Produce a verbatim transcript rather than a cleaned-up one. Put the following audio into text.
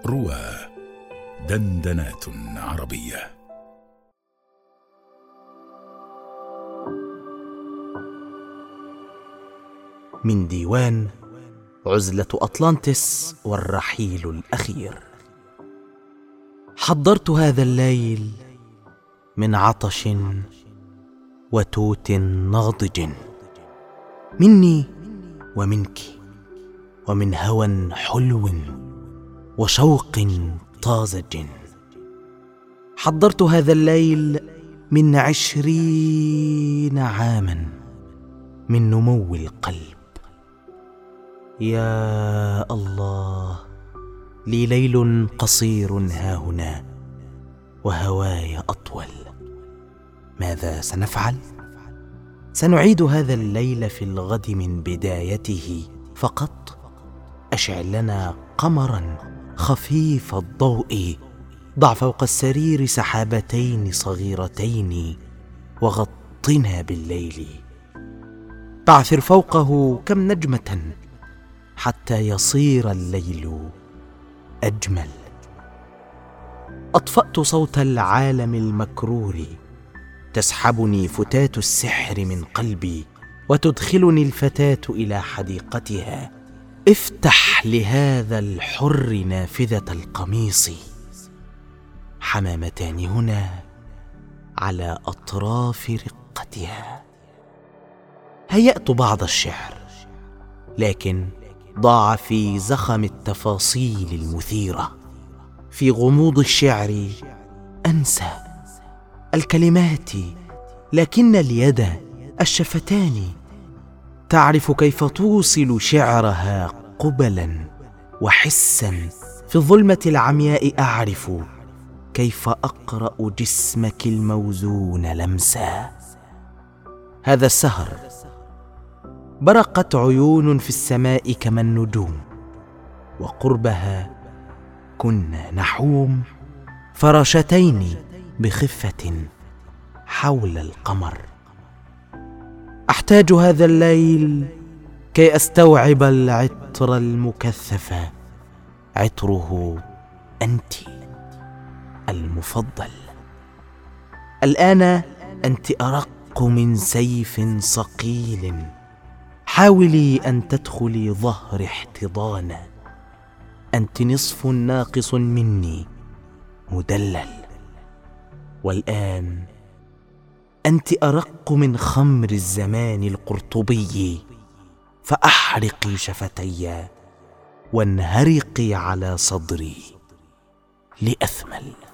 روى دندنات عربية. من ديوان عزلة أطلانتس والرحيل الأخير. حضرت هذا الليل من عطش وتوت ناضج، مني ومنك، ومن هوى حلو وشوق طازج. حضرت هذا الليل من عشرين عاما من نمو القلب. يا الله، لي ليل قصير هاهنا وهواي أطول. ماذا سنفعل؟ سنعيد هذا الليل في الغد من بدايته فقط. أشعل لنا قمرا خفيف الضوء، ضع فوق السرير سحابتين صغيرتين وغطنا بالليل. بعثر فوقه كم نجمة حتى يصير الليل أجمل. أطفأت صوت العالم المكرور، تسحبني فتاة السحر من قلبي وتدخلني الفتاة إلى حديقتها. افتح لهذا الحر نافذة القميص. حمامتان هنا على أطراف رقتها. هيأت بعض الشعر، لكن ضاع في زخم التفاصيل المثيرة. في غموض الشعر أنسى الكلمات، لكن اليد، الشفتان تعرف كيف توصل شعرها قبلا وحسا. في الظلمة العمياء أعرف كيف أقرأ جسمك الموزون لمسا. هذا السهر برقت عيون في السماء كما النجوم، وقربها كنا نحوم فراشتين بخفة حول القمر. أحتاج هذا الليل كي أستوعب العطر المكثف، عطره أنت المفضل. الآن أنت أرق من سيف صقيل. حاولي أن تدخلي ظهر احتضانا. أنت نصف ناقص مني مدلل. والآن أنت أرق من خمر الزمان القرطبي. فأحرقي شفتي وانهرقي على صدري لأثمل.